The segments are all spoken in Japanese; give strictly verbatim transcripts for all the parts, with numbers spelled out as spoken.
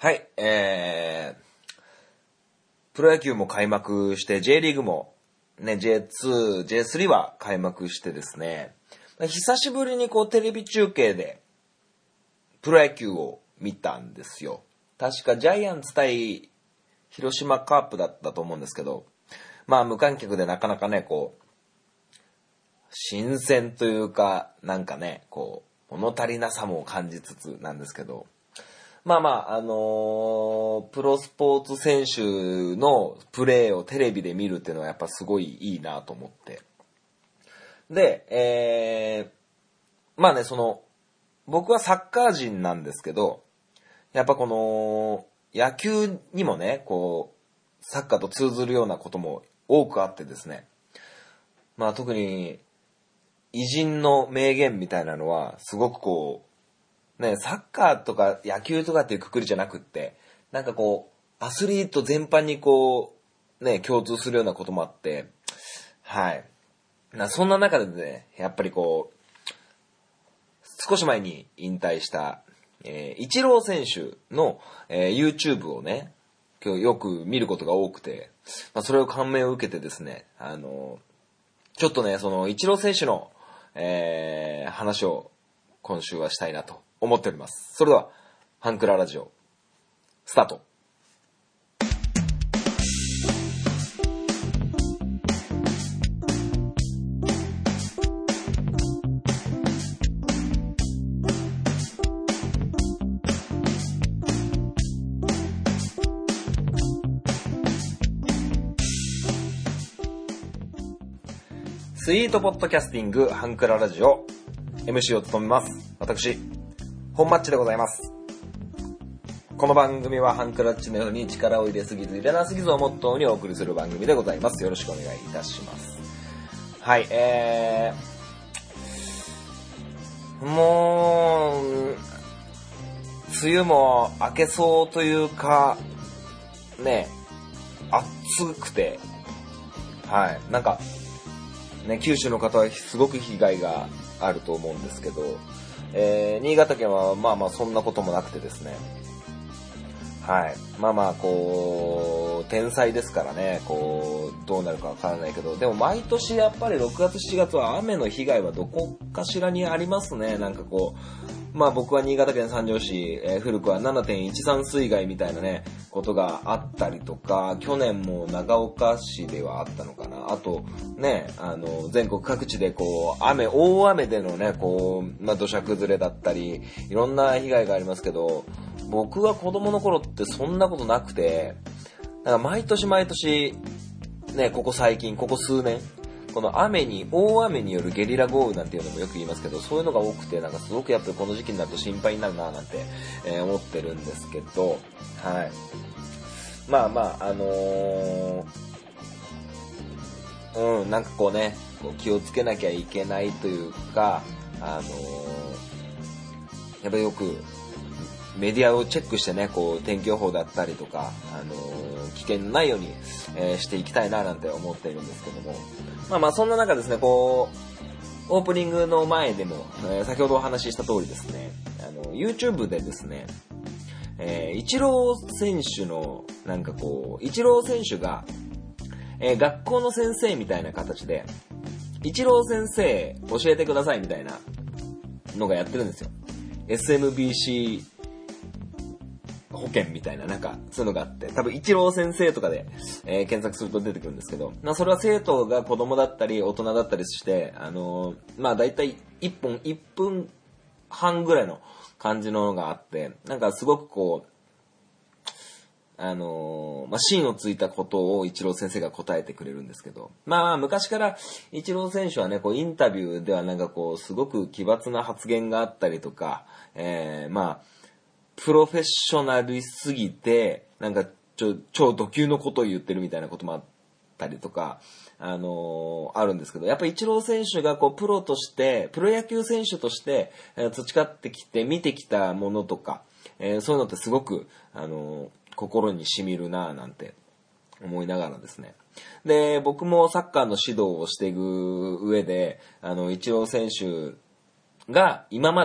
はい、えー、プロ野球も開幕して J リーグもね ジェイツー、ジェイスリー は開幕してですね、久しぶりにこうテレビ中継でプロ野球を見たんですよ。確かジャイアンツ対広島カープだったと思うんですけど、まあ無観客でなかなかねこう新鮮というかなんかねこう物足りなさも感じつつなんですけど、まあまああのー、プロスポーツ選手のプレーをテレビで見るっていうのはやっぱすごいいいなと思って、で、えー、まあねその僕はサッカー人なんですけど、やっぱこの野球にもねこうサッカーと通ずるようなことも多くあってですね、まあ特に偉人の名言みたいなのはすごくこうね、サッカーとか野球とかっていうくくりじゃなくって、なんかこうアスリート全般にこうね共通するようなこともあって、はい。なそんな中でね、やっぱりこう少し前に引退した、えー、イチロー選手の、えー、YouTube をね、今日よく見ることが多くて、まあ、それを感銘を受けてですね、あのー、ちょっとねそのイチロー選手の、えー、話を今週はしたいなと思っております。それではハンクララジオスタート。スイートポッドキャスティングハンクララジオ エムシー を務めます私本マッチでございます。この番組はハンクラッチのように力を入れすぎず入れなすぎずをモットーにお送りする番組でございます。よろしくお願いいたします。はい、えー、もう梅雨も明けそうというかね、暑くて、はいなんかね九州の方はすごく被害があると思うんですけど、えー、新潟県はまあまあそんなこともなくてですね、はいまあまあこう天才ですからね、こうどうなるかわからないけど、でも毎年やっぱりろくがつしちがつは雨の被害はどこかしらにありますね。なんかこうまあ僕は新潟県三条市、えー、古くは ななてんいちさん 水害みたいなねことがあったりとか、去年も長岡市ではあったのかな、あとねあの全国各地でこう雨大雨でのねこうまあ土砂崩れだったりいろんな被害がありますけど、僕は子供の頃ってそんなことなくて、なんか毎年毎年ねここ最近ここ数年この雨に大雨によるゲリラ豪雨なんていうのもよく言いますけど、そういうのが多くてなんかすごくやっぱりこの時期になると心配になるななんて、えー、思ってるんですけど、はいまあまああのー、うんなんかこうねこう気をつけなきゃいけないというか、あのー、やっぱりよくメディアをチェックしてねこう天気予報だったりとか、あのー、危険のないように、えー、していきたいななんて思っているんですけども、まあまあそんな中ですねこうオープニングの前でも、えー、先ほどお話しした通りですね、あの YouTube でですね、えー、イチロー選手のなんかこうイチロー選手が、えー、学校の先生みたいな形でイチロー先生教えてくださいみたいなのがやってるんですよ。 エスエムビーシー保険みたいななんかそういうのがあって、多分イチロー先生とかで、えー、検索すると出てくるんですけど、まあ、それは生徒が子供だったり大人だったりして、あのー、まあ大体いっぽんいっぷんはんぐらいの感じのがあって、なんかすごくこうあのー、まあ、芯をついたことをイチロー先生が答えてくれるんですけど、まあ昔からイチロー選手はねこうインタビューではなんかこうすごく奇抜な発言があったりとか、えー、まあプロフェッショナルすぎてなんかちょ超ド級のことを言ってるみたいなこともあったりとか、あのー、あるんですけど、やっぱりイチロー選手がこうプロとしてプロ野球選手として、えー、培ってきて見てきたものとか、えー、そういうのってすごく、あのー、心に染みるなぁなんて思いながらですね。で僕もサッカーの指導をしていく上で、あのイチロー選手が今まで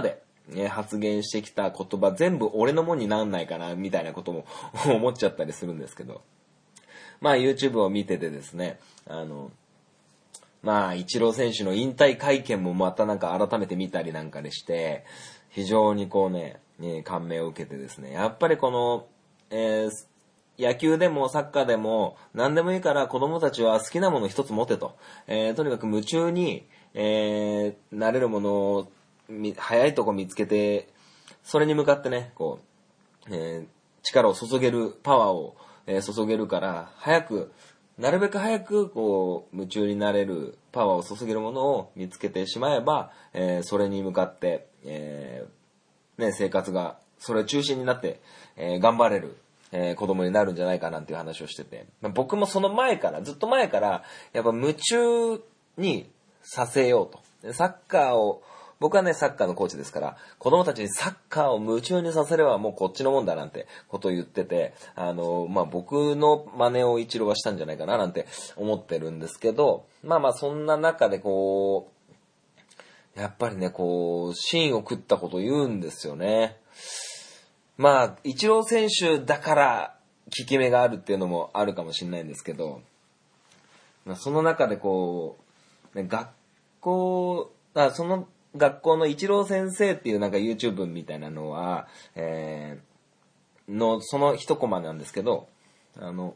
ね、発言してきた言葉全部俺のもんになんないかなみたいなことも思っちゃったりするんですけど、まあ YouTube を見ててですね、あのまあイチロー選手の引退会見もまたなんか改めて見たりなんかでして、非常にこうね、ね感銘を受けてですね、やっぱりこの、えー、野球でもサッカーでも何でもいいから子供たちは好きなもの一つ持てと、えー、とにかく夢中に、えー、なれるものを早いとこ見つけて、それに向かってねこう、えー、力を注げるパワーを、えー、注げるから、早くなるべく早くこう夢中になれるパワーを注げるものを見つけてしまえば、えー、それに向かって、えーね、生活がそれ中心になって、えー、頑張れる、えー、子供になるんじゃないかなんていう話をしてて、まあ、僕もその前からずっと前からやっぱ夢中にさせようと、サッカーを僕はねサッカーのコーチですから、子供たちにサッカーを夢中にさせればもうこっちのもんだなんてことを言ってて、あのまあ僕の真似をイチローはしたんじゃないかななんて思ってるんですけど、まあまあそんな中でこうやっぱりねこう芯を食ったことを言うんですよね。まあイチロー選手だから効き目があるっていうのもあるかもしれないんですけど、まあ、その中でこう、ね、学校あその学校のイチロー先生っていうなんか YouTube みたいなのは、えー、のその一コマなんですけど、あの、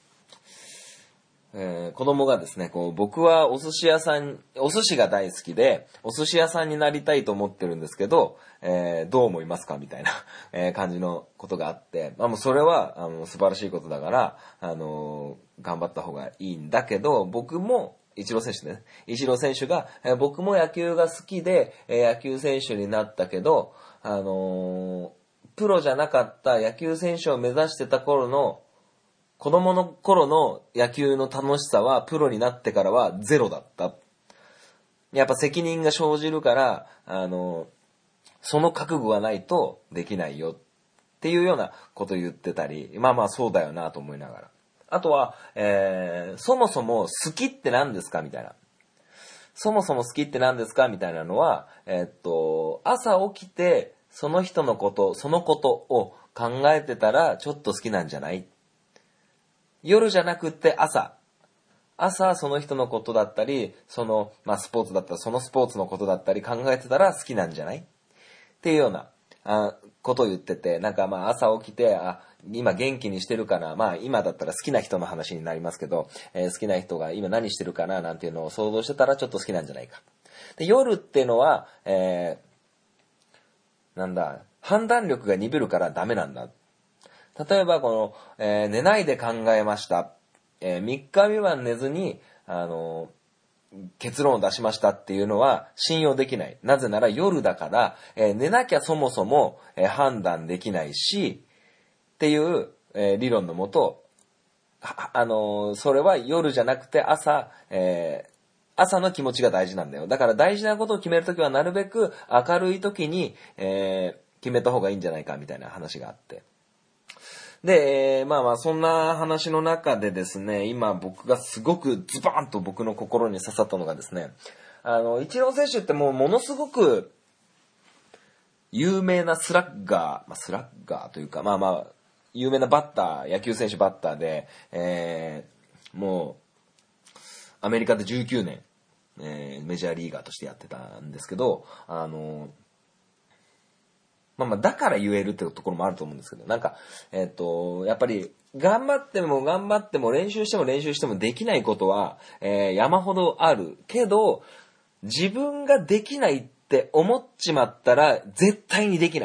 えー、子供がですね、こう僕はお寿司屋さん、お寿司が大好きでお寿司屋さんになりたいと思ってるんですけど、えー、どう思いますかみたいな、えー、感じのことがあって、あもうそれはあの素晴らしいことだから、あのー、頑張った方がいいんだけど、僕もイチロー選手ね。イチロー選手が、えー、僕も野球が好きで、えー、野球選手になったけど、あのー、プロじゃなかった野球選手を目指してた頃の、子供の頃の野球の楽しさはプロになってからはゼロだった。やっぱ責任が生じるから、あのー、その覚悟がないとできないよっていうようなことを言ってたり、まあまあそうだよなと思いながら。あとは、えー、そもそも好きって何ですかみたいな。そもそも好きって何ですかみたいなのは、えー、っと、朝起きて、その人のこと、そのことを考えてたら、ちょっと好きなんじゃない？夜じゃなくって朝。朝、その人のことだったり、その、まあ、スポーツだったら、そのスポーツのことだったり考えてたら好きなんじゃない？っていうような、あことを言ってて、なんかまあ朝起きて、あ、今元気にしてるかな、まあ今だったら好きな人の話になりますけど、えー、好きな人が今何してるかななんていうのを想像してたらちょっと好きなんじゃないか。で、夜っていうのは、えー、なんだ、判断力が鈍るからダメなんだ。例えばこの、えー、寝ないで考えました。えー、みっか未満寝ずに、あのー、結論を出しましたっていうのは信用できない。なぜなら夜だから、えー、寝なきゃそもそも、えー、判断できないし、っていう、えー、理論のもと、あのー、それは夜じゃなくて朝、えー、朝の気持ちが大事なんだよ。だから大事なことを決めるときはなるべく明るいときに、えー、決めた方がいいんじゃないかみたいな話があって。で、えー、まあまあそんな話の中でですね、今僕がすごくズバーンと僕の心に刺さったのがですね、あの、イチロー選手ってもうものすごく有名なスラッガー、まあ、スラッガーというか、まあまあ、有名なバッター、野球選手バッターで、えー、もう、アメリカでじゅうきゅうねん、えー、メジャーリーガーとしてやってたんですけど、あの、まあまあ、だから言えるっていうところもあると思うんですけど、なんか、えっと、やっぱり、頑張っても頑張っても練習しても練習してもできないことは、えー、山ほどあるけど、自分ができないって思っちまったら絶対にできない。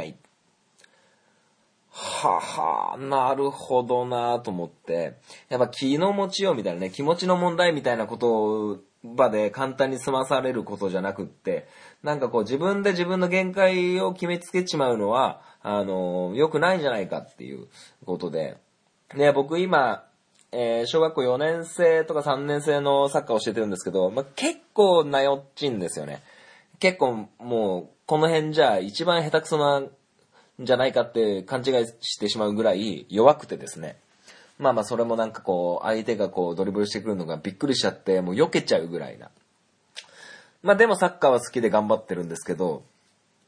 ははなるほどなと思って、やっぱ気の持ちようみたいなね、気持ちの問題みたいなこと場で簡単に済まされることじゃなくって、なんかこう自分で自分の限界を決めつけちまうのは、あの、良くないんじゃないかっていうことで、ね、僕今、えー、小学校よねん生とかさんねん生のサッカーを教えてるんですけど、まあ、結構なよっちんですよね。結構もう、この辺じゃ一番下手くそなんじゃないかって勘違いしてしまうぐらい弱くてですね。まあまあそれもなんかこう、相手がこうドリブルしてくるのがびっくりしちゃって、もう避けちゃうぐらいな。まあでもサッカーは好きで頑張ってるんですけど、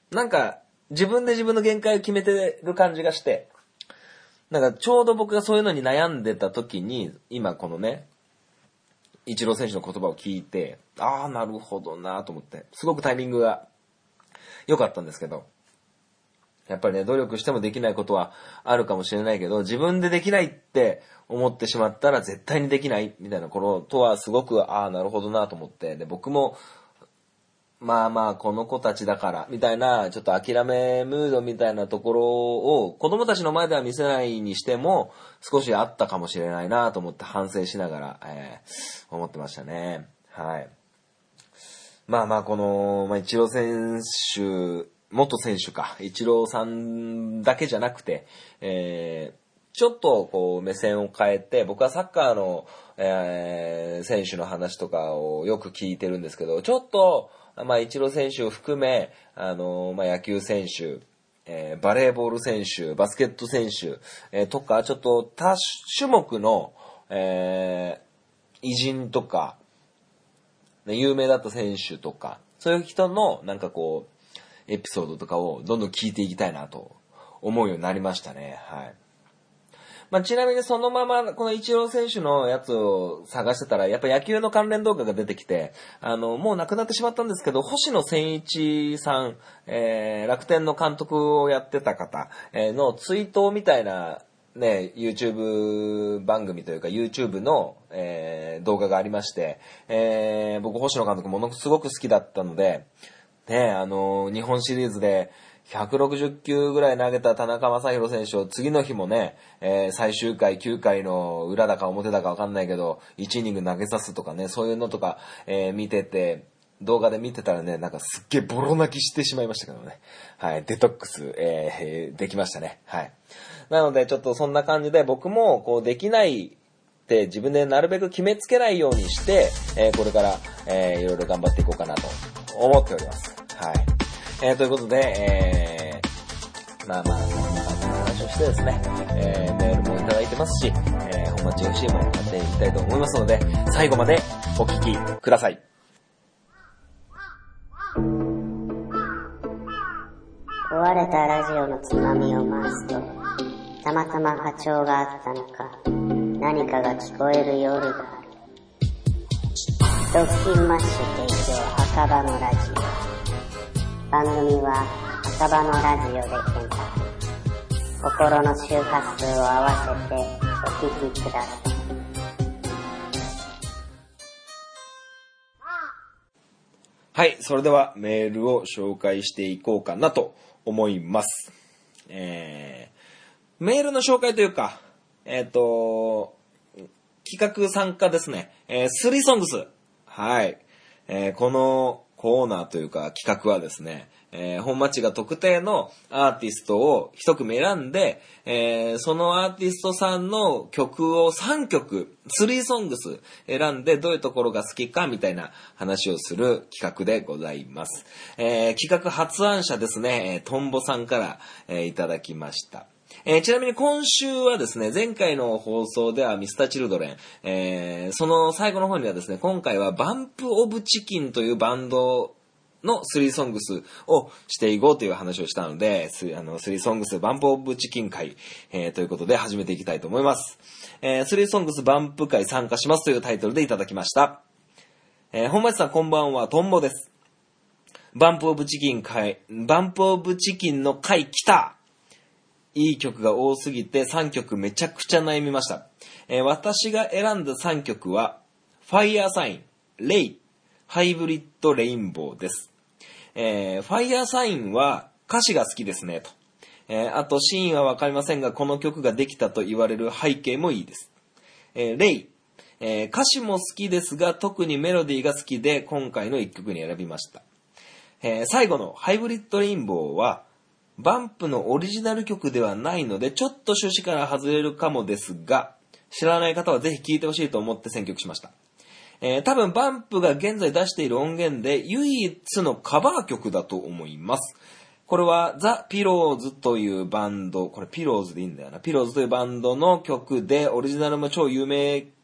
なんか自分で自分の限界を決めてる感じがして、なんかちょうど僕がそういうのに悩んでた時に、今このね、イチロー選手の言葉を聞いて、ああ、なるほどなと思って、すごくタイミングが良かったんですけど、やっぱりね、努力してもできないことはあるかもしれないけど、自分でできないって思ってしまったら絶対にできないみたいなことはすごく、ああ、なるほどなと思って、で、僕も、まあまあ、この子たちだから、みたいな、ちょっと諦めムードみたいなところを、子供たちの前では見せないにしても、少しあったかもしれないなと思って反省しながら、えー、思ってましたね。はい。まあまあ、この、まあ、イチロー選手、元選手か、イチローさんだけじゃなくて、えー、ちょっとこう目線を変えて、僕はサッカーの、えー、選手の話とかをよく聞いてるんですけど、ちょっと、まあ、イチロー選手を含め、あの、まあ、野球選手、えー、バレーボール選手、バスケット選手、えー、とか、ちょっと多種目の、えー、偉人とか、有名だった選手とか、そういう人の、なんかこう、エピソードとかをどんどん聞いていきたいなと思うようになりましたね。はい。まあ、ちなみにそのまま、このイチロー選手のやつを探してたら、やっぱ野球の関連動画が出てきて、あの、もう亡くなってしまったんですけど、星野千一さん、えー、楽天の監督をやってた方の追悼みたいな、ね、YouTube 番組というか YouTube の、えー、動画がありまして、えー、僕星野監督ものすごく好きだったので、ね、あの、日本シリーズで、ひゃくろくじゅっきゅうぐらい投げた田中将大選手を次の日もね、えー、最終回きゅうかいの裏だか表だかわかんないけど、いちイニング投げさすとかね、そういうのとか、えー、見てて、動画で見てたらね、なんかすっげえボロ泣きしてしまいましたけどね。はい、デトックス、えー、できましたね。はい。なのでちょっとそんな感じで僕もこうできないって自分でなるべく決めつけないようにして、えー、これから、えー、いろいろ頑張っていこうかなと思っております。はい。えー、ということで、えー、まあまあ、そんな感じの話をしてですね、えー、メールもいただいてますし、えー、本町 エフシー もやっていきたいと思いますので、最後までお聞きください。 壊れたラジオのつまみを回すと、たまたま波長があったのか、何かが聞こえる夜がある。ドッキンマッシュ提供墓場のラジオ。番組は墓場のラジオで検索。心の周波数を合わせてお聞きください。 はい、それではメールを紹介していこうかなと思います。えー、メールの紹介というか、えっと、企画参加ですね。えー、スリーソングス。はい。えー、このコーナーというか企画はですね、えー、本町が特定のアーティストを一組選んで、えー、そのアーティストさんの曲をさんきょく、スリーソングス選んでどういうところが好きかみたいな話をする企画でございます。えー、企画発案者ですね、トンボさんから、えー、いただきました。えー、ちなみに今週はですね、前回の放送ではミスターチルドレン、えー、その最後の方にはですね、今回はバンプオブチキンというバンドのスリーソングスをしていこうという話をしたので、ス, あのスリーソングスバンプオブチキン会、えー、ということで始めていきたいと思います。えー、スリーソングスバンプ会参加しますというタイトルでいただきました。えー、本町さんこんばんは、トンボです。バンプオブチキン会、バンプオブチキンの会来た。いい曲が多すぎてさんきょくめちゃくちゃ悩みました。えー、私が選んださんきょくは、ファイヤーサイン、レイ、ハイブリッドレインボーです。えー、ファイヤーサインは歌詞が好きですねと。えー、あとシーンはわかりませんが、この曲ができたと言われる背景もいいです。えー、レイ、えー、歌詞も好きですが、特にメロディーが好きで今回のいっきょくに選びました。えー、最後のハイブリッドレインボーは、バンプのオリジナル曲ではないのでちょっと趣旨から外れるかもですが、知らない方はぜひ聴いてほしいと思って選曲しました。えー、多分バンプが現在出している音源で唯一のカバー曲だと思います。これはザ・ピローズというバンド、これピローズでいいんだよな、ピローズというバンドの曲でオリジナルも超有名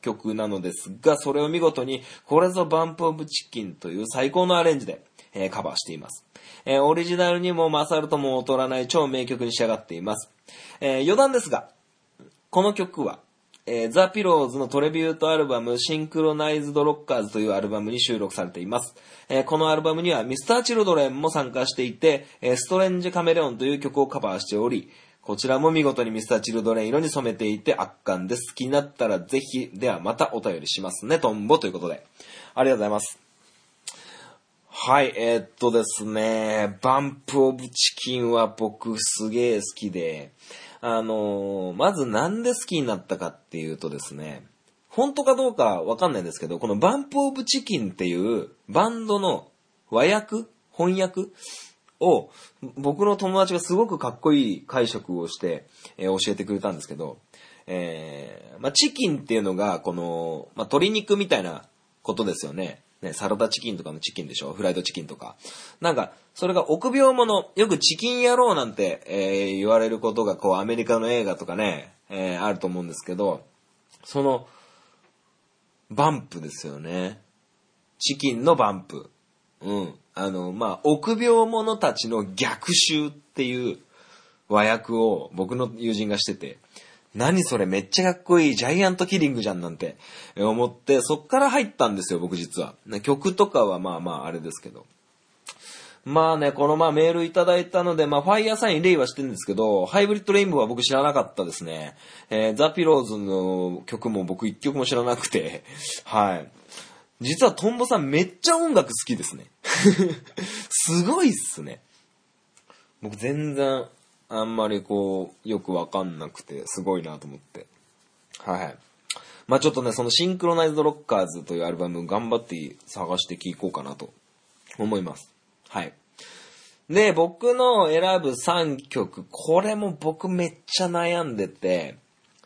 曲なのですが、それを見事にこれぞバンプオブチキンという最高のアレンジで、えー、カバーしています。えー、オリジナルにも勝るとも劣らない超名曲に仕上がっています。えー、余談ですが、この曲は、えー、ザ・ピローズのトレビュートアルバムシンクロナイズド・ロッカーズというアルバムに収録されています。えー、このアルバムにはミスター・チルドレンも参加していて、えー、ストレンジ・カメレオンという曲をカバーしており、こちらも見事にミスター・チルドレン色に染めていて圧巻です。気になったらぜひ、ではまたお便りしますね、トンボということで。ありがとうございます。はい、えー、っとですね、バンプオブチキンは僕すげー好きで、あのー、まずなんで好きになったかっていうとですね、本当かどうかわかんないんですけど、このバンプオブチキンっていうバンドの和訳翻訳を僕の友達がすごくかっこいい解釈をして、えー、教えてくれたんですけど、えーまあ、チキンっていうのがこの、まあ、鶏肉みたいなことですよね。ね、サラダチキンとかのチキンでしょ、フライドチキンとか。なんか、それが臆病者、よくチキン野郎なんて、えー、言われることが、こう、アメリカの映画とかね、えー、あると思うんですけど、その、バンプですよね。チキンのバンプ。うん。あの、まあ、臆病者たちの逆襲っていう和訳を僕の友人がしてて、何それめっちゃかっこいいジャイアントキリングじゃんなんて思って、そっから入ったんですよ、僕実は。曲とかはまあまああれですけど。まあね、このまあメールいただいたので、まあファイヤーサインレイは知ってるんですけど、ハイブリッドレインボーは僕知らなかったですね。えー、ザ・ピローズの曲も僕一曲も知らなくて、はい。実はトンボさんめっちゃ音楽好きですね。すごいっすね。僕全然、あんまりこう、よくわかんなくて、すごいなと思って。はい。まあちょっとね、そのシンクロナイズドロッカーズというアルバム頑張って探して聴こうかなと思います。はい。で、僕の選ぶさんきょく、これも僕めっちゃ悩んでて、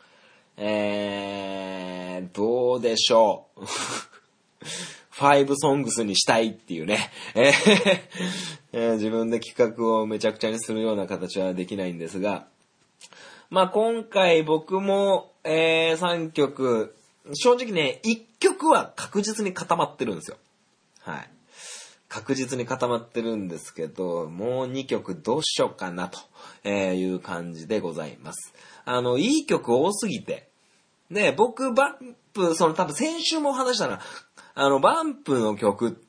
えー、どうでしょう。ファイブソングスにしたいっていうね、えーえー、自分で企画をめちゃくちゃにするような形はできないんですが、まあ今回僕も、えー、さんきょく、正直ね、いっきょくは確実に固まってるんですよ。はい。確実に固まってるんですけど、もうにきょくどうしようかなという感じでございます。あの、いい曲多すぎて、で、僕、バンプ、その多分先週も話したな、あの、バンプの曲って、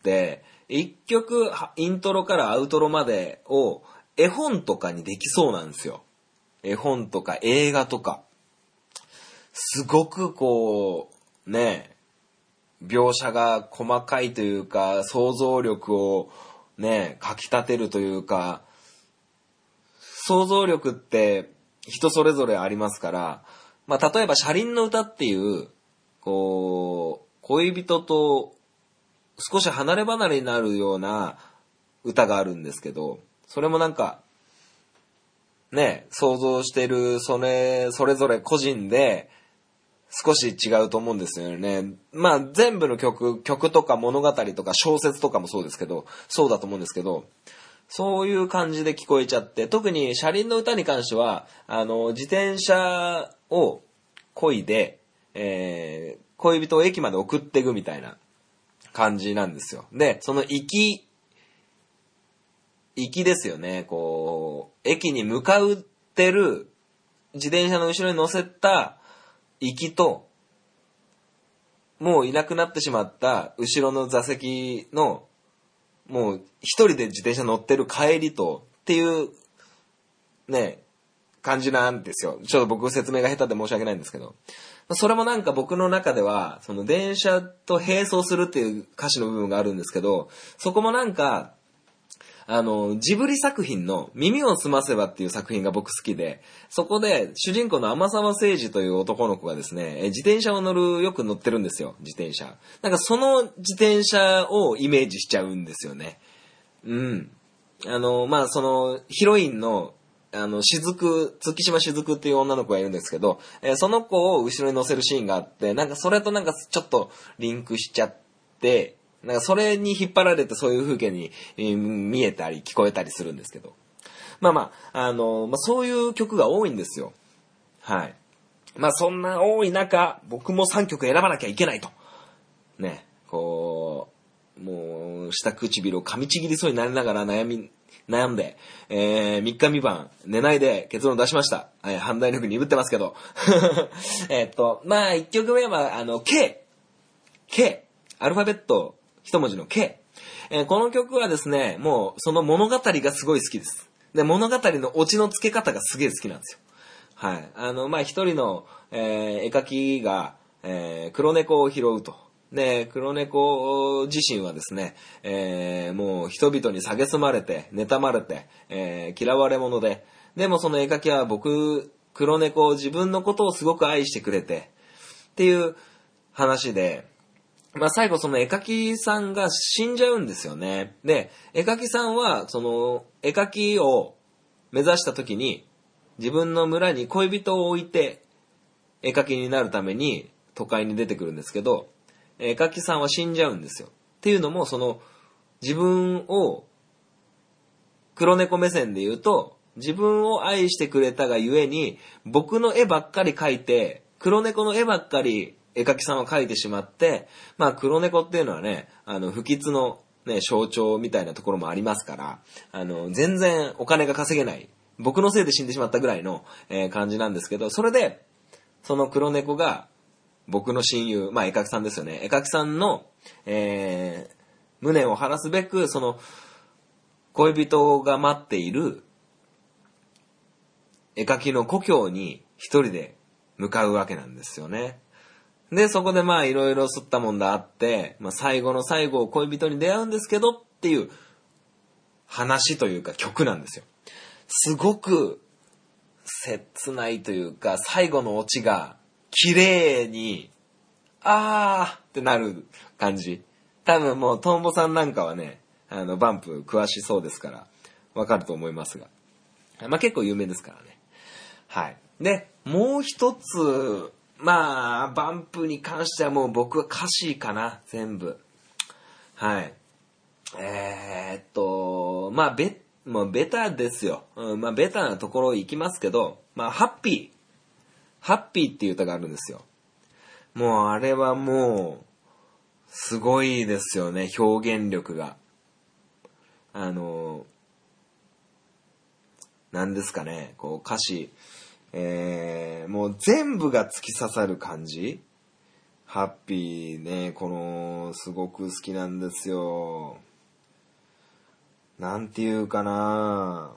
一曲、イントロからアウトロまでを絵本とかにできそうなんですよ。絵本とか映画とか。すごくこう、ね、描写が細かいというか、想像力をね、かき立てるというか、想像力って人それぞれありますから、まあ、例えば車輪の歌っていう、こう、恋人と少し離れ離れになるような歌があるんですけど、それもなんか、ね、想像してる、それ、それぞれ個人で少し違うと思うんですよね。まあ全部の曲、曲とか物語とか小説とかもそうですけど、そうだと思うんですけど、そういう感じで聞こえちゃって、特に車輪の歌に関しては、あの、自転車を漕いで、えー、恋人を駅まで送っていくみたいな感じなんですよ。で、その行き、行きですよね。こう、駅に向かってる自転車の後ろに乗せた行きと、もういなくなってしまった後ろの座席の、もう一人で自転車乗ってる帰りとっていうね、感じなんですよ。ちょっと僕説明が下手で申し訳ないんですけど。それもなんか僕の中では、その電車と並走するっていう歌詞の部分があるんですけど、そこもなんか、あの、ジブリ作品の耳をすませばっていう作品が僕好きで、そこで主人公の天沢誠二という男の子がですね、自転車を乗る、よく乗ってるんですよ、自転車。なんかその自転車をイメージしちゃうんですよね。うん。あの、まあ、その、ヒロインの、あの、雫、月島雫っていう女の子がいるんですけど、えー、その子を後ろに乗せるシーンがあって、なんかそれとなんかちょっとリンクしちゃって、なんかそれに引っ張られてそういう風景に、えー、見えたり聞こえたりするんですけど。まあまあ、あの、まあそういう曲が多いんですよ。はい。 まあそんな多い中、僕もさんきょく選ばなきゃいけないと。ね、こう、もう、下唇を噛みちぎりそうになりながら悩み、悩んで、えー、みっかみばん寝ないで結論出しました。はい、判断力鈍ってますけど。えっと、まあいっきょくめは、あの、K。K。アルファベット一文字の K。えー、この曲はですね、もうその物語がすごい好きです。で、物語のオチの付け方がすげえ好きなんですよ。はい。あの、まあ、一人の、えー、絵描きが、えー、黒猫を拾うと。で、黒猫自身はですね、えー、もう人々に蔑まれて、妬まれて、えー、嫌われ者で、でもその絵描きは僕、黒猫を自分のことをすごく愛してくれて、っていう話で、まあ、最後その絵描きさんが死んじゃうんですよね。で、絵描きさんは、その、絵描きを目指した時に、自分の村に恋人を置いて絵描きになるために都会に出てくるんですけど、絵描きさんは死んじゃうんですよ。っていうのも、その自分を黒猫目線で言うと、自分を愛してくれたがゆえに僕の絵ばっかり描いて、黒猫の絵ばっかり絵描きさんは描いてしまって、まあ黒猫っていうのはね、あの不吉のね象徴みたいなところもありますから、あの全然お金が稼げない。僕のせいで死んでしまったぐらいの、えー、感じなんですけど、それで、その黒猫が、僕の親友、まあ絵描きさんですよね。絵描きさんの、えー、無念を晴らすべく、その、恋人が待っている、絵描きの故郷に一人で向かうわけなんですよね。で、そこでまあいろいろ吸ったもんだあって、まあ最後の最後恋人に出会うんですけどっていう話というか曲なんですよ。すごく切ないというか、最後のオチが綺麗に、あーってなる感じ。多分もうトンボさんなんかはね、あのバンプ詳しそうですからわかると思いますが、まあ結構有名ですからね。はい。で、もう一つ、まあバンプに関してはもう僕は歌詞かな、全部。はい。えー、っと、まあベもうベタですよ。うん、まあベタなところ行きますけど、まあハッピー。ハッピーっていう歌があるんですよ。もうあれはもう、すごいですよね、表現力が。あの、なんですかね、こう歌詞、えー、もう全部が突き刺さる感じ。ハッピーね、この、すごく好きなんですよ。なんていうかな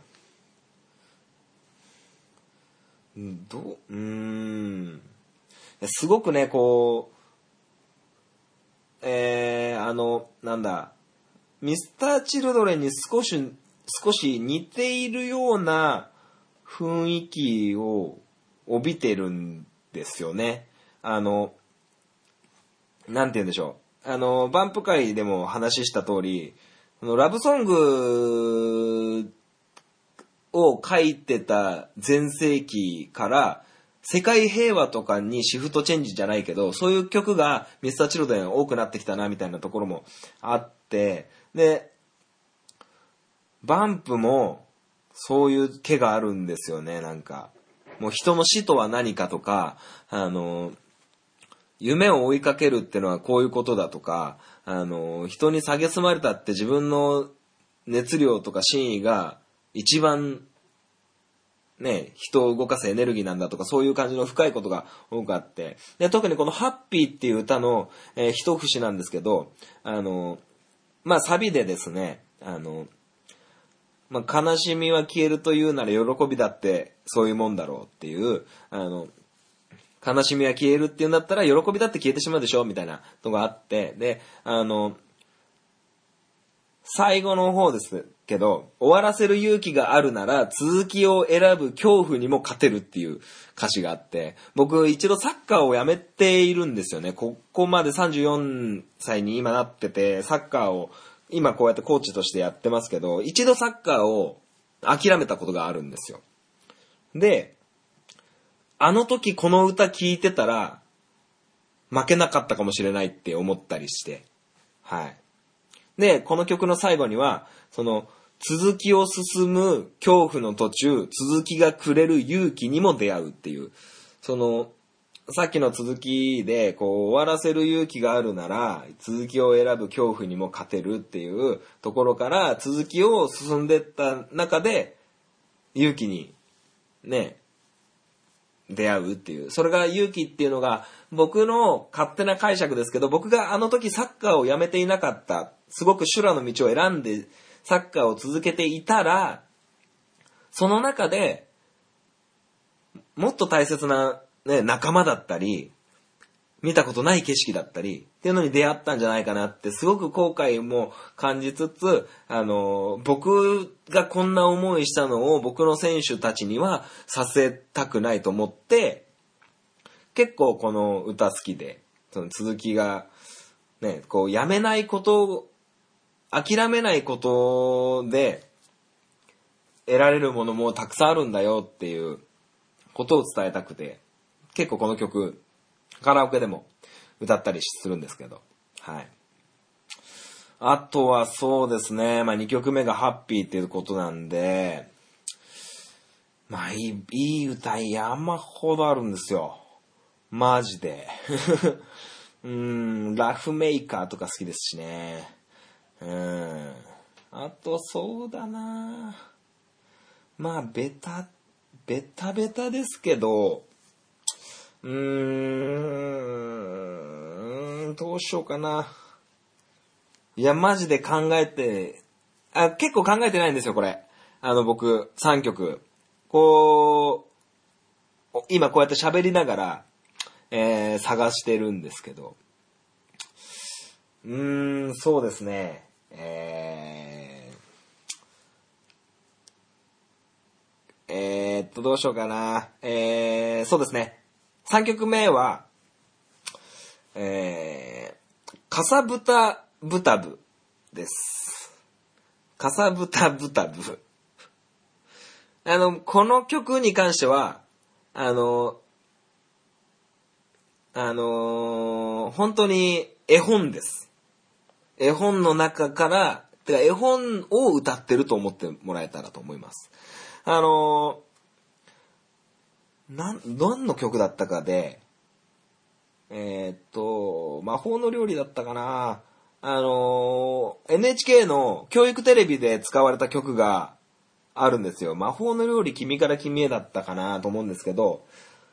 どう、うーん。すごくね、こう、えー、あの、なんだ、ミスターチルドレンに少し、少し似ているような雰囲気を帯びてるんですよね。あの、なんて言うんでしょう。あの、バンプ会でも話した通り、ラブソングを書いてた全盛期から世界平和とかにシフトチェンジじゃないけど、そういう曲がミスターチルドレン多くなってきたなみたいなところもあって、で、バンプもそういう気があるんですよね、なんか。もう人の死とは何かとか、あの、夢を追いかけるってのはこういうことだとか、あの、人に蔑まれたって自分の熱量とか真意が一番ね、人を動かすエネルギーなんだとか、そういう感じの深いことが多くあって、で特にこのハッピーっていう歌の、えー、一節なんですけど、あの、まあ、サビでですね、あの、まあ、悲しみは消えるというなら喜びだってそういうもんだろうっていう、あの、悲しみは消えるっていうんだったら喜びだって消えてしまうでしょみたいなのがあって、で、あの、最後の方ですけど、終わらせる勇気があるなら続きを選ぶ恐怖にも勝てるっていう歌詞があって、僕一度サッカーをやめているんですよね。ここまでさんじゅうよんさいに今なってて、サッカーを今こうやってコーチとしてやってますけど、一度サッカーを諦めたことがあるんですよ。で、あの時この歌聴いてたら負けなかったかもしれないって思ったりして、はい。で、この曲の最後には、その続きを進む恐怖の途中、続きがくれる勇気にも出会うっていう、そのさっきの続きで、こう、終わらせる勇気があるなら、続きを選ぶ恐怖にも勝てるっていうところから、続きを進んでった中で、勇気に、ね、出会うっていう。それが勇気っていうのが、僕の勝手な解釈ですけど、僕があの時サッカーをやめていなかった、すごく修羅の道を選んで、サッカーを続けていたら、その中で、もっと大切な、ね、仲間だったり、見たことない景色だったり、っていうのに出会ったんじゃないかなって、すごく後悔も感じつつ、あの、僕がこんな思いしたのを僕の選手たちにはさせたくないと思って、結構この歌好きで、その続きが、ね、こう、やめないことを、諦めないことで、得られるものもたくさんあるんだよっていうことを伝えたくて、結構この曲、カラオケでも歌ったりするんですけど、はい。あとはそうですね、まあにきょくめがハッピーっていうことなんで、まあいい、いい歌山ほどあるんですよ。マジで。うーん、ラフメーカーとか好きですしね。うん。あとそうだな、まあベタ、ベタベタですけど、うーん、どうしようかな。いや、マジで考えて、あ、結構考えてないんですよ、これ。あの、僕、さんきょく。こう、今こうやって喋りながら、えー、探してるんですけど。うーん、そうですね。えー、えーっと、どうしようかな。えー、そうですね。さんきょくめは、えー、かさぶたぶたぶです。かさぶたぶたぶ。あの、この曲に関しては、あの、あのー、本当に絵本です。絵本の中から、てか絵本を歌ってると思ってもらえたらと思います。あのー、なん、何の曲だったかで、えー、っと、魔法の料理だったかな。あのー、エヌエイチケー の教育テレビで使われた曲があるんですよ。魔法の料理君から君へだったかなと思うんですけど、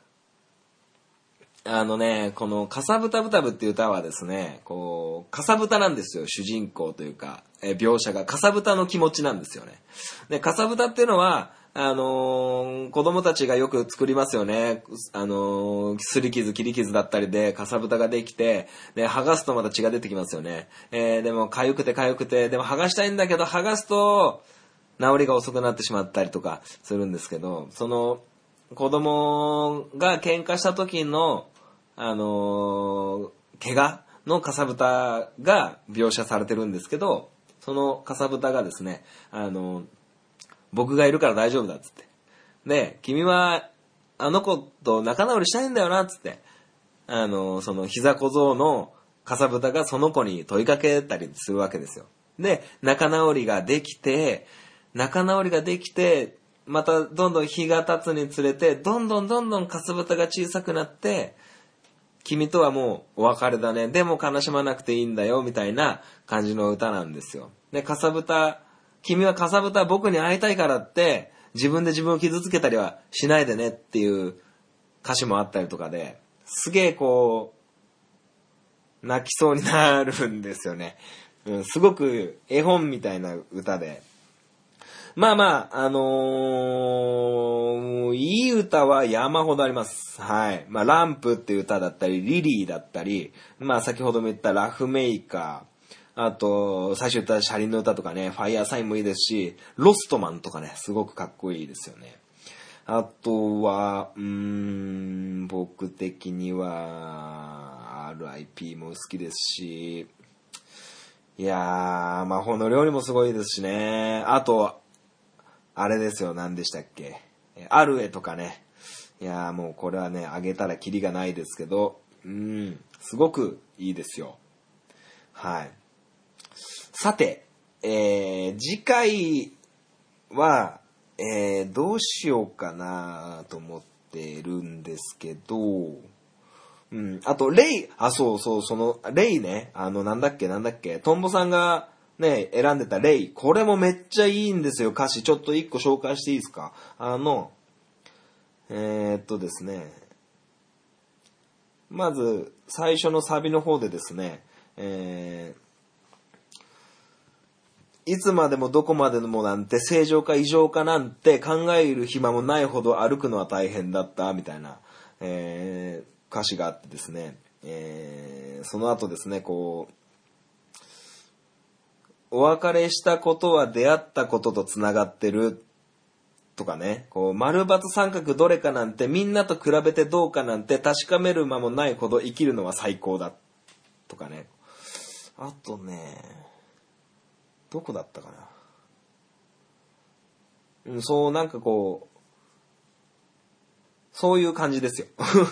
あのね、このかさぶたぶたぶっていう歌はですね、こう、かさぶたなんですよ、主人公というか、え描写がかさぶたの気持ちなんですよね。で、かさぶたっていうのは、あのー、子供たちがよく作りますよね。あのー、すり傷、切り傷だったりで、かさぶたができて、で、剥がすとまた血が出てきますよね。えー、でも、痒くて痒くて、でも剥がしたいんだけど、剥がすと、治りが遅くなってしまったりとかするんですけど、その、子供が喧嘩した時の、あのー、怪我のかさぶたが描写されてるんですけど、そのかさぶたがですね、あのー、僕がいるから大丈夫だっつって。で、君はあの子と仲直りしたいんだよなっつって、あのー、その膝小僧のかさぶたがその子に問いかけたりするわけですよ。で、仲直りができて、仲直りができて、またどんどん日が経つにつれて、どんどんどんどんかさぶたが小さくなって、君とはもうお別れだね。でも悲しまなくていいんだよ。みたいな感じの歌なんですよ。で、かさぶた、君はかさぶた僕に会いたいからって、自分で自分を傷つけたりはしないでねっていう歌詞もあったりとかで、すげえこう、泣きそうになるんですよね。うん、すごく絵本みたいな歌で。まあまあ、あのー、いい歌は山ほどあります。はい。まあ、ランプっていう歌だったり、リリーだったり、まあ、先ほども言ったラフメーカー、あと、最初言った車輪の歌とかね、ファイヤーサインもいいですし、ロストマンとかね、すごくかっこいいですよね。あとは、うーん、僕的には、アールアイピー も好きですし、いやー、魔法の料理もすごいですしね。あと、あれですよ、何でしたっけ。アルエとかね。いやーもうこれはね、あげたらキリがないですけど、うん、すごくいいですよ。はい。さて、えー、次回は、えー、どうしようかなと思ってるんですけど、 うん。あと、レイ、あ、そうそう、その、レイね、あの、なんだっけ、なんだっけ、トンボさんがね、選んでたレイ、これもめっちゃいいんですよ、歌詞。ちょっと一個紹介していいですか？あの、えー、っとですね、まず、最初のサビの方でですね、えー、いつまでもどこまでもなんて正常か異常かなんて考える暇もないほど歩くのは大変だったみたいな、えー、歌詞があってですね、えー、その後ですね、こう、お別れしたことは出会ったこととつながってるとかね、こう丸×三角どれかなんてみんなと比べてどうかなんて確かめる間もないほど生きるのは最高だとかね。あとね、どこだったかな。うん、そうなんかこうそういう感じですよ。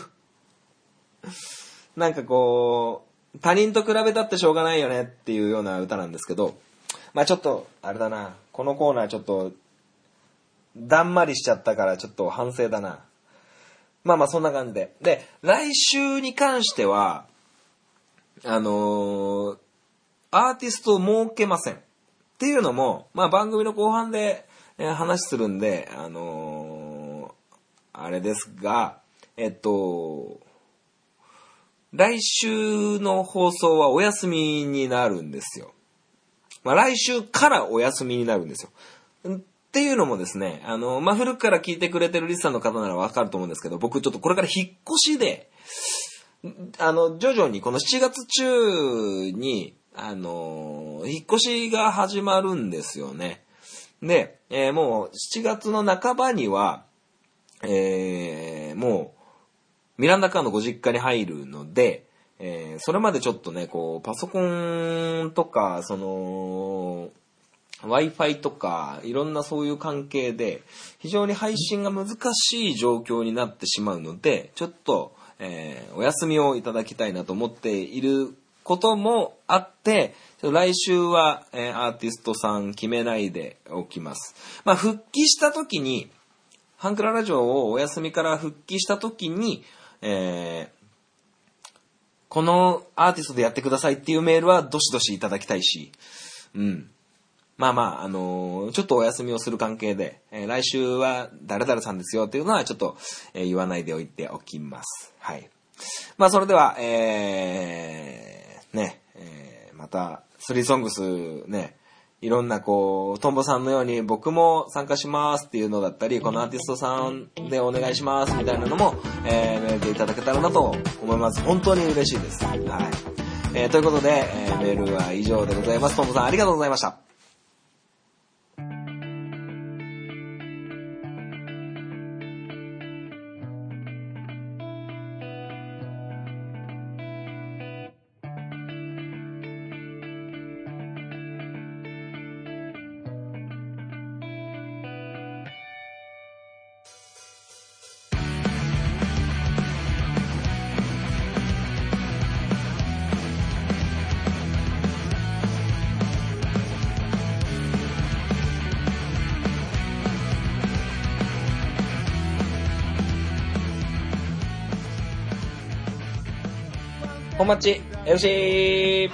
なんかこう他人と比べたってしょうがないよねっていうような歌なんですけど、まあちょっとあれだな、このコーナーちょっとだんまりしちゃったからちょっと反省だな。まあまあそんな感じで。で、来週に関しては、あのー、アーティストを設けません。っていうのも、まあ番組の後半で、えー、話するんで、あのー、あれですが、えっと、来週の放送はお休みになるんですよ。まあ来週からお休みになるんですよ。っていうのもですね、あの、まあ、古くから聞いてくれてるリスナーの方ならわかると思うんですけど、僕ちょっとこれから引っ越しで、あの、徐々にこのしちがつ中に、あの、引っ越しが始まるんですよね。で、えー、もうしちがつの半ばには、えー、もう、ミランダカーのご実家に入るので、えー、それまでちょっとね、こう、パソコンとか、その、Wi-Fi とかいろんなそういう関係で非常に配信が難しい状況になってしまうので、ちょっと、えー、お休みをいただきたいなと思っていることもあって、来週は、えー、アーティストさん決めないでおきます。まあ復帰した時に、ハンクララジオをお休みから復帰した時に、えー、このアーティストでやってくださいっていうメールはどしどしいただきたいし、うん。まあまあ、あのー、ちょっとお休みをする関係で、えー、来週は誰々さんですよっていうのはちょっと、えー、言わないでおいておきます。はい。まあそれでは、えー、ね、えー、また、スリーソングスね、いろんなこう、トンボさんのように僕も参加しますっていうのだったり、このアーティストさんでお願いしますみたいなのも、えー、メールでいただけたらなと思います。本当に嬉しいです。はい。えー、ということで、えー、メールは以上でございます。トンボさんありがとうございました。本町 エルシー。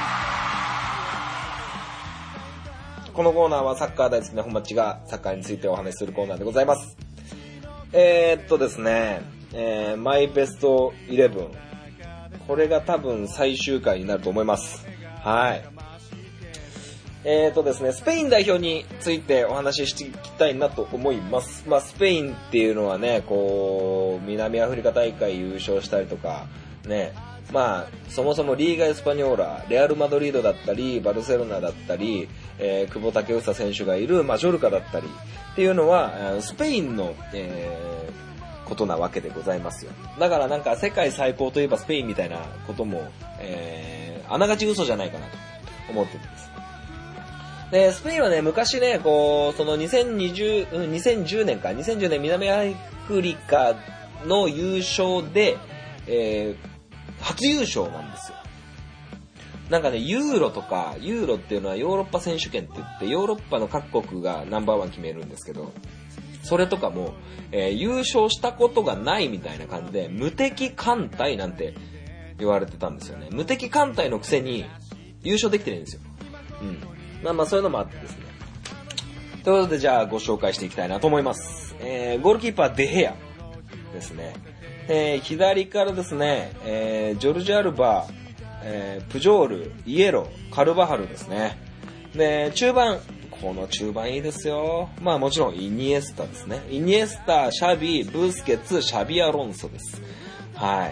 このコーナーはサッカー大好きな本町がサッカーについてお話しするコーナーでございます。えー、っとですね、えー、マイベストイレブン、これが多分最終回になると思います。はい。えーとですね、スペイン代表についてお話ししていきたいなと思います。まあスペインっていうのはね、こう南アフリカ大会優勝したりとかね、まあそもそもリーガエスパニョーラ、レアルマドリードだったりバルセロナだったり、えー、久保建英選手がいるマジョルカだったりっていうのはスペインの、えー、ことなわけでございますよ。だからなんか世界最高といえばスペインみたいなことも、えー、あながち嘘じゃないかなと思ってるんです。でスペインはね、昔ね、こうそのにせんにじゅう、にせんじゅうねんかにせんじゅうねん南アフリカの優勝で、えー初優勝なんですよ。なんかね、ユーロとか、ユーロっていうのはヨーロッパ選手権って言って、ヨーロッパの各国がナンバーワン決めるんですけど、 それとかも、えー、優勝したことがないみたいな感じで、無敵艦隊なんて言われてたんですよね。無敵艦隊のくせに優勝できてるんですよ。うん。まあまあそういうのもあってですね。ということでじゃあご紹介していきたいなと思います。えー、ゴールキーパーデヘアですね。えー、左からですね、えー、ジョルジュ・アルバ、えー、プジョール、イエロ、カルバハルですね。で、中盤、この中盤いいですよ。まあもちろんイニエスタですね。イニエスタ、シャビ、ブスケツ、シャビアロンソです。はい。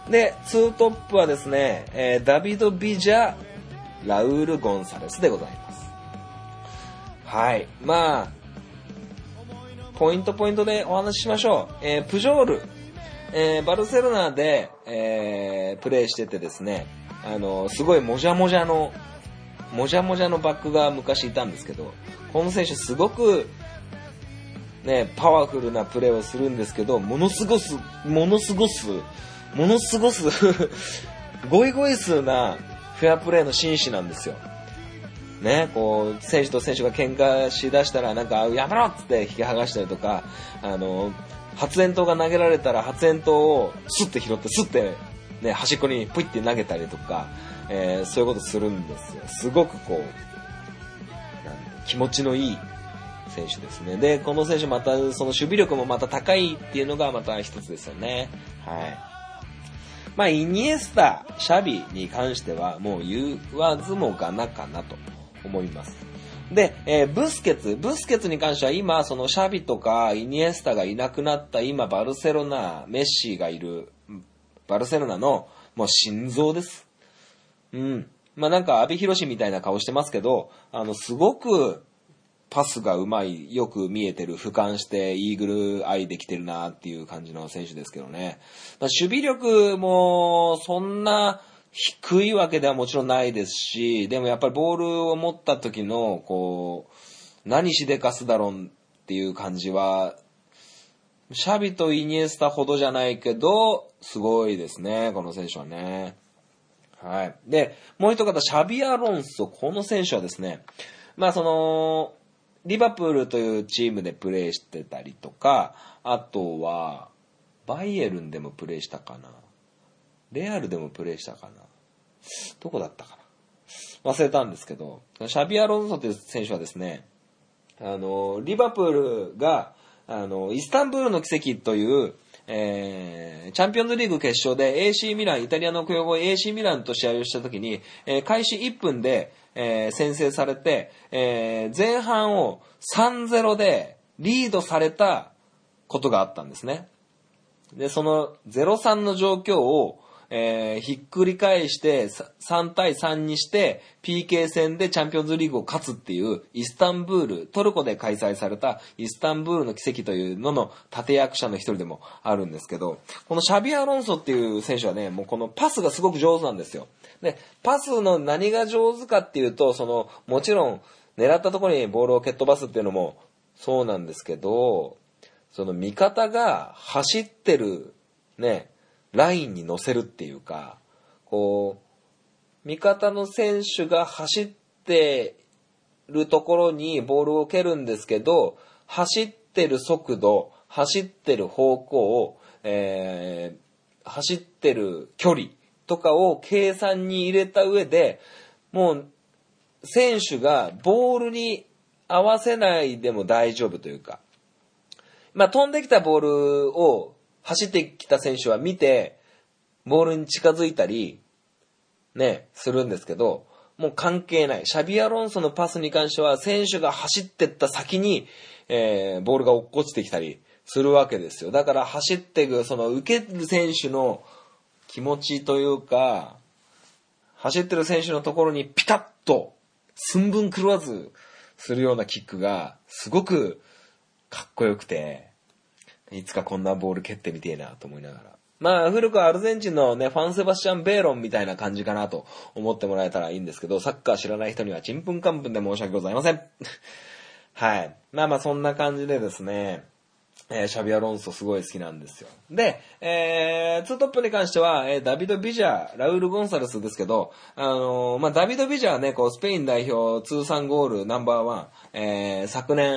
で、ツートップはですね、えー、ダビド・ビジャ、ラウール・ゴンサレスでございます。はい。まあ、ポイントポイントでお話ししましょう。えー、プジョール、えー、バルセロナで、えー、プレーしててですね、あの、すごいもじゃもじゃの、もじゃもじゃのバックが昔いたんですけど、この選手すごく、ね、パワフルなプレーをするんですけど、ものすごす、ものすごす、ものすごす、ゴイゴイ数なフェアプレーの紳士なんですよ。ね、こう、選手と選手が喧嘩しだしたら、なんか、やめろっつって引き剥がしたりとか、あの、発煙筒が投げられたら発煙筒をスッて拾って、スッて、ね、端っこにプイって投げたりとか、えー、そういうことするんですよ。すごくこう、なん気持ちのいい選手ですね。で、この選手また、その守備力もまた高いっていうのがまた一つですよね。はい。まあ、イニエスタ、シャビに関しては、もう言わずもがなかなと思います。で、えー、ブスケツ、ブスケツに関しては今、そのシャビとかイニエスタがいなくなった今、バルセロナ、メッシがいる、バルセロナのもう心臓です。うん。まあなんか、阿部寛みたいな顔してますけど、あの、すごく、パスがうまい、よく見えてる、俯瞰してイーグルアイできてるなっていう感じの選手ですけどね。守備力もそんな低いわけではもちろんないですし、でもやっぱりボールを持った時の、こう、何しでかすだろうっていう感じは、シャビとイニエスタほどじゃないけど、すごいですね、この選手はね。はい。で、もう一方、シャビアロンソ、この選手はですね、まあその、リバプールというチームでプレーしてたりとか、あとは、バイエルンでもプレーしたかな。レアルでもプレーしたかな。どこだったかな。忘れたんですけど、シャビアロンソという選手はですね、あの、リバプールが、あの、イスタンブールの奇跡という、えー、チャンピオンズリーグ決勝で エーシー ミラン、イタリアの強豪 エーシー ミランと試合をしたときに、えー、開始いっぷんで、えー、先制されて、えー、前半を さんたいゼロ でリードされたことがあったんですね。で、その ゼロたいさん の状況を、えー、ひっくり返してさんたいさんにして ピーケー 戦でチャンピオンズリーグを勝つっていうイスタンブール、トルコで開催されたイスタンブールの奇跡というのの立役者の一人でもあるんですけど、このシャビアロンソっていう選手はね、もうこのパスがすごく上手なんですよ。で、パスの何が上手かっていうと、その、もちろん狙ったところにボールを蹴っ飛ばすっていうのもそうなんですけど、その味方が走ってるね、ラインに乗せるっていうか、こう、味方の選手が走ってるところにボールを蹴るんですけど、走ってる速度、走ってる方向、えー、走ってる距離とかを計算に入れた上で、もう選手がボールに合わせないでも大丈夫というか、まあ飛んできたボールを走ってきた選手は見て、ボールに近づいたり、ね、するんですけど、もう関係ない。シャビアロンソのパスに関しては、選手が走ってった先に、えー、ボールが落っこちてきたりするわけですよ。だから走っていく、その受ける選手の気持ちというか、走ってる選手のところにピタッと、寸分狂わずするようなキックが、すごくかっこよくて、いつかこんなボール蹴ってみてえなと思いながら。まあ、古くはアルゼンチンのね、ファン・セバスチャン・ベーロンみたいな感じかなと思ってもらえたらいいんですけど、サッカー知らない人にはちんぷんかんぷんで申し訳ございません。はい。まあまあ、そんな感じでですね、えー、シャビアロンソすごい好きなんですよ。で、えー、ツートップに関しては、えー、ダビド・ビジャー、ラウール・ゴンサレスですけど、あのー、まあ、ダビド・ビジャーはね、こう、スペイン代表通算ゴールナンバーワン、えー、昨年、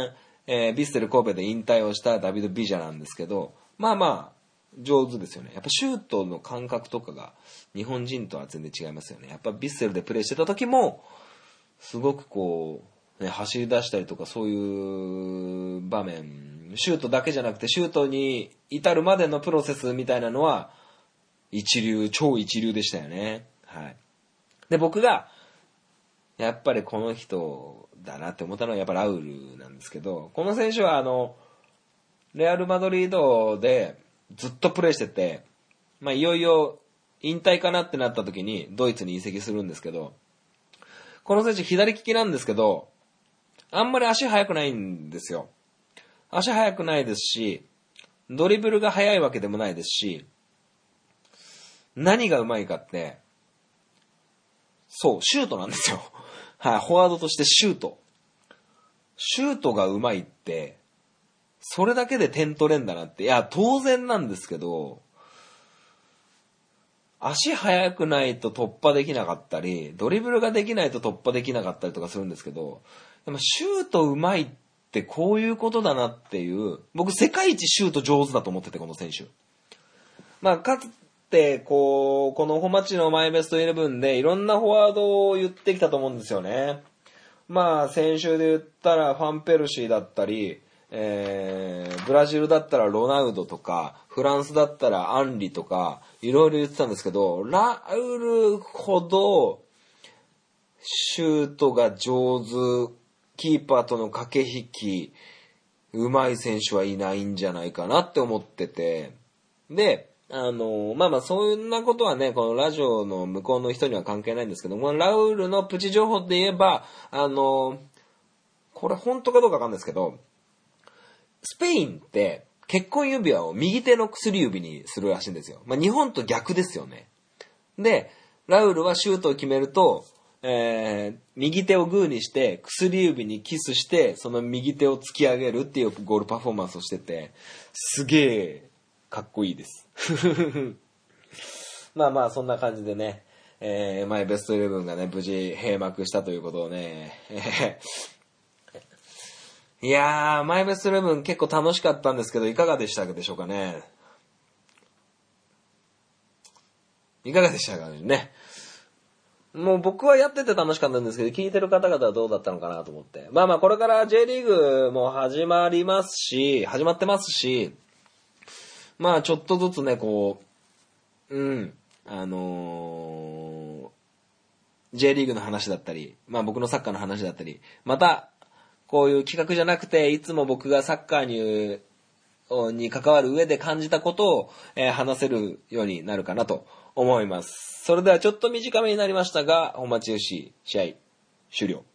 えー、ヴィッセル神戸で引退をしたダビド・ビジャなんですけど、まあまあ上手ですよね。やっぱシュートの感覚とかが日本人とは全然違いますよね。やっぱヴィッセルでプレーしてた時もすごくこう、ね、走り出したりとかそういう場面、シュートだけじゃなくてシュートに至るまでのプロセスみたいなのは一流、超一流でしたよね。はい。で、僕がやっぱりこの人だなって思ったのはやっぱラウルなんですけど、この選手はあのレアル・マドリードでずっとプレーしてて、まあいよいよ引退かなってなった時にドイツに移籍するんですけど、この選手左利きなんですけど、あんまり足速くないんですよ。足速くないですし、ドリブルが速いわけでもないですし、何が上手いかって、そう、シュートなんですよ。はい、フォワードとしてシュート。シュートが上手いって、それだけで点取れんだなって。いや、当然なんですけど、足速くないと突破できなかったり、ドリブルができないと突破できなかったりとかするんですけど、でもシュート上手いってこういうことだなっていう、僕世界一シュート上手だと思ってて、この選手。まあ、かつて、こう、このホマチのマイベストイレブンでいろんなフォワードを言ってきたと思うんですよね。まあ、先週で言ったらファンペルシーだったり、えー、ブラジルだったらロナウドとか、フランスだったらアンリとか、いろいろ言ってたんですけど、ラウルほどシュートが上手、キーパーとの駆け引き、上手い選手はいないんじゃないかなって思ってて、で、あの、まあまあ、そんなことはね、このラジオの向こうの人には関係ないんですけども、ラウルのプチ情報で言えば、あの、これ本当かどうかわかんないですけど、スペインって結婚指輪を右手の薬指にするらしいんですよ。まあ日本と逆ですよね。で、ラウルはシュートを決めると、えー、右手をグーにして薬指にキスしてその右手を突き上げるっていうゴールパフォーマンスをしてて、すげえかっこいいです。まあまあそんな感じでね、えー、マイベストイレブンがね無事閉幕したということをね、いやー、マイベストイレブン結構楽しかったんですけど、いかがでしたでしょうかね。いかがでしたかね。もう僕はやってて楽しかったんですけど、聞いてる方々はどうだったのかなと思って。まあまあ、これから J リーグも始まりますし、始まってますし、まあちょっとずつね、こう、うん、あのー、J リーグの話だったり、まあ僕のサッカーの話だったり、また、こういう企画じゃなくて、いつも僕がサッカーに、に関わる上で感じたことを、えー、話せるようになるかなと思います。それではちょっと短めになりましたが、本町よし試合終了。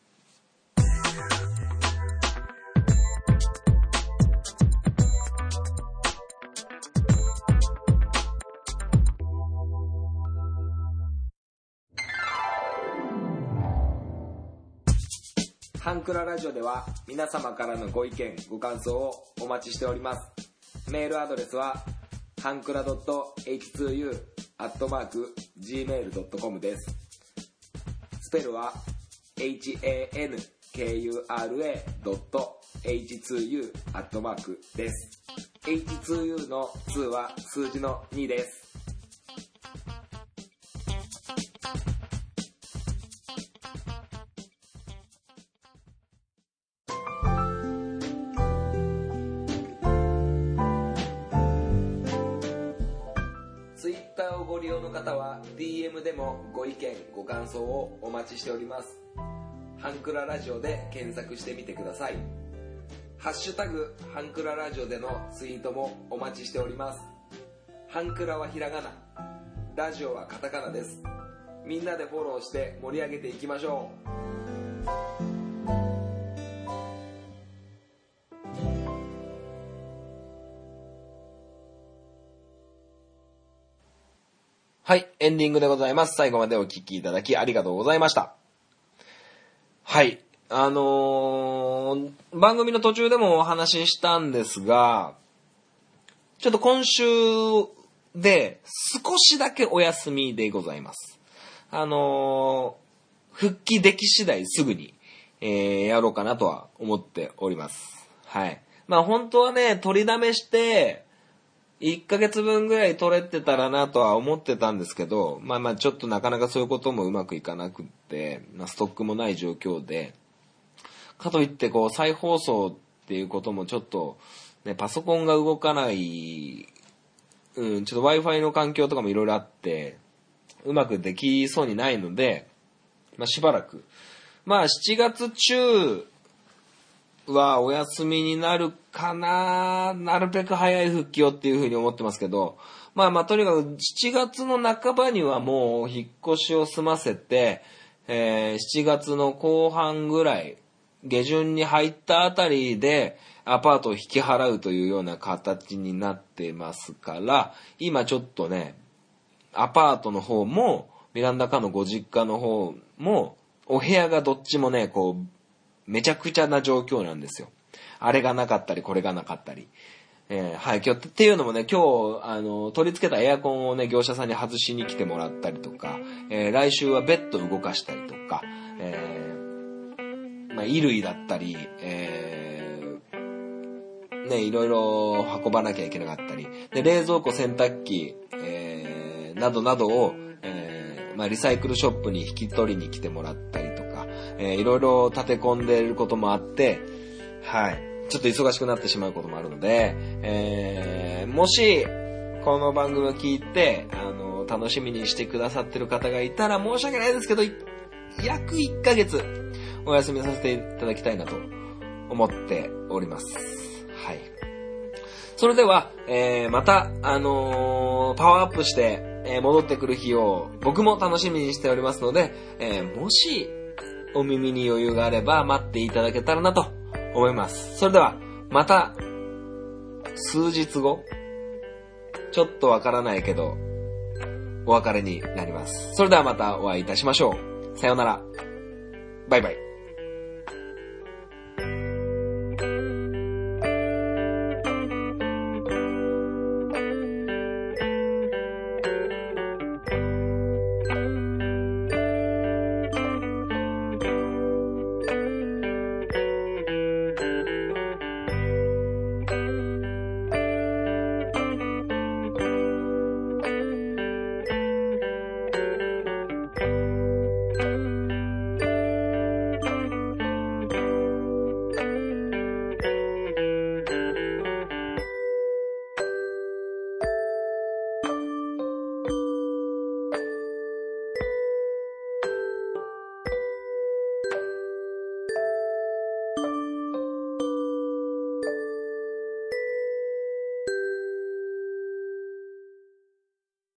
ハンクララジオでは皆様からのご意見ご感想をお待ちしております。メールアドレスはハンクラ エイチツーユー アットマーク ジーメール ドットコム です。スペルは ハンクラ ドット エイチツーユー アットマーク です。エイチツーユー のには数字のにです。ご利用の方は ディーエム でもご意見ご感想をお待ちしております。ハンクララジオで検索してみてください。ハッシュタグハンクララジオでのツイートもお待ちしております。ハンクラはひらがな、ラジオはカタカナです。みんなでフォローして盛り上げていきましょう。はい、エンディングでございます。最後までお聞きいただきありがとうございました。はい、あのー、番組の途中でもお話ししたんですが、ちょっと今週で少しだけお休みでございます。あのー、復帰でき次第すぐに、えー、やろうかなとは思っております。 はい。まあ本当はね、取りだめして、いっかげつぶんぐらい取れてたらなとは思ってたんですけど、まあまあちょっとなかなかそういうこともうまくいかなくって、まあ、ストックもない状況で、かといってこう再放送っていうこともちょっと、ね、パソコンが動かない、うん、ちょっと Wi-Fi の環境とかもいろいろあって、うまくできそうにないので、まあしばらく。まあしちがつ中はお休みになるかな、なるべく早い復帰をっていうふうに思ってますけど、まあまあとにかくしちがつの半ばにはもう引っ越しを済ませて、えー、しちがつの後半ぐらい、下旬に入ったあたりでアパートを引き払うというような形になってますから、今ちょっとね、アパートの方も、ミランダカのご実家の方も、お部屋がどっちもね、こう、めちゃくちゃな状況なんですよ。あれがなかったり、これがなかったり。えー、はい、今日、っていうのもね、今日、あの、取り付けたエアコンをね、業者さんに外しに来てもらったりとか、えー、来週はベッド動かしたりとか、えー、まあ、衣類だったり、えー、ね、いろいろ運ばなきゃいけなかったり、で、冷蔵庫、洗濯機、えー、などなどを、えー、まあ、リサイクルショップに引き取りに来てもらったりとか、えー、いろいろ立て込んでいることもあって、はい。ちょっと忙しくなってしまうこともあるので、えー、もし、この番組を聞いて、あの、楽しみにしてくださってる方がいたら申し訳ないですけど、約いっかげつお休みさせていただきたいなと思っております。はい。それでは、えー、また、あのー、パワーアップして、えー、戻ってくる日を僕も楽しみにしておりますので、えー、もし、お耳に余裕があれば待っていただけたらなと思います。それでは、また、数日後、ちょっとわからないけど、お別れになります。それではまたお会いいたしましょう。さようなら。バイバイ。